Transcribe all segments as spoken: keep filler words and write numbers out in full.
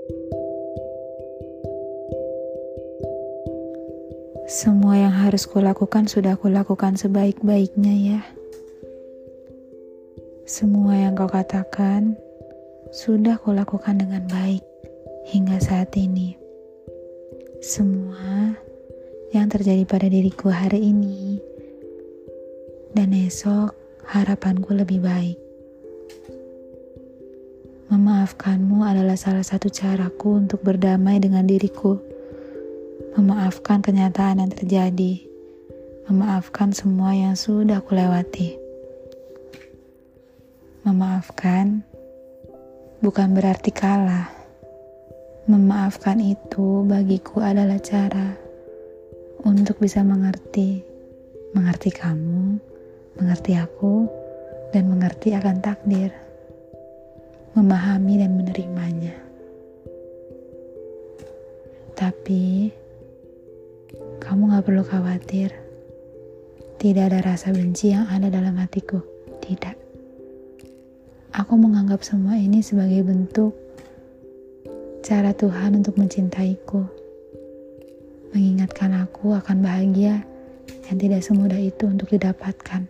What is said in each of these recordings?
Semua yang harus kulakukan sudah kulakukan sebaik-baiknya ya. Semua yang kau katakan sudah kulakukan dengan baik hingga saat ini. Semua yang terjadi pada diriku hari ini dan esok harapanku lebih baik. Memaafkanmu adalah salah satu caraku untuk berdamai dengan diriku. Memaafkan kenyataan yang terjadi. Memaafkan semua yang sudah kulewati. Memaafkan bukan berarti kalah. Memaafkan itu bagiku adalah cara untuk bisa mengerti. Mengerti kamu, mengerti aku, dan mengerti akan takdir. Memahami dan menerimanya. Tapi kamu gak perlu khawatir. Tidak ada rasa benci yang ada dalam hatiku. Tidak. Aku menganggap semua ini sebagai bentuk cara Tuhan untuk mencintaiku. Mengingatkan aku akan bahagia yang tidak semudah itu untuk didapatkan.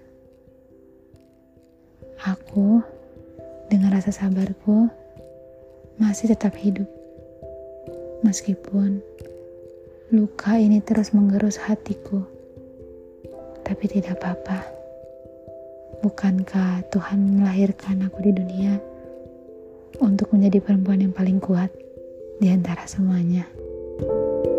Aku, dengan rasa sabarku, masih tetap hidup. Meskipun luka ini terus menggerus hatiku. Tapi tidak apa-apa. Bukankah Tuhan melahirkan aku di dunia untuk menjadi perempuan yang paling kuat di antara semuanya?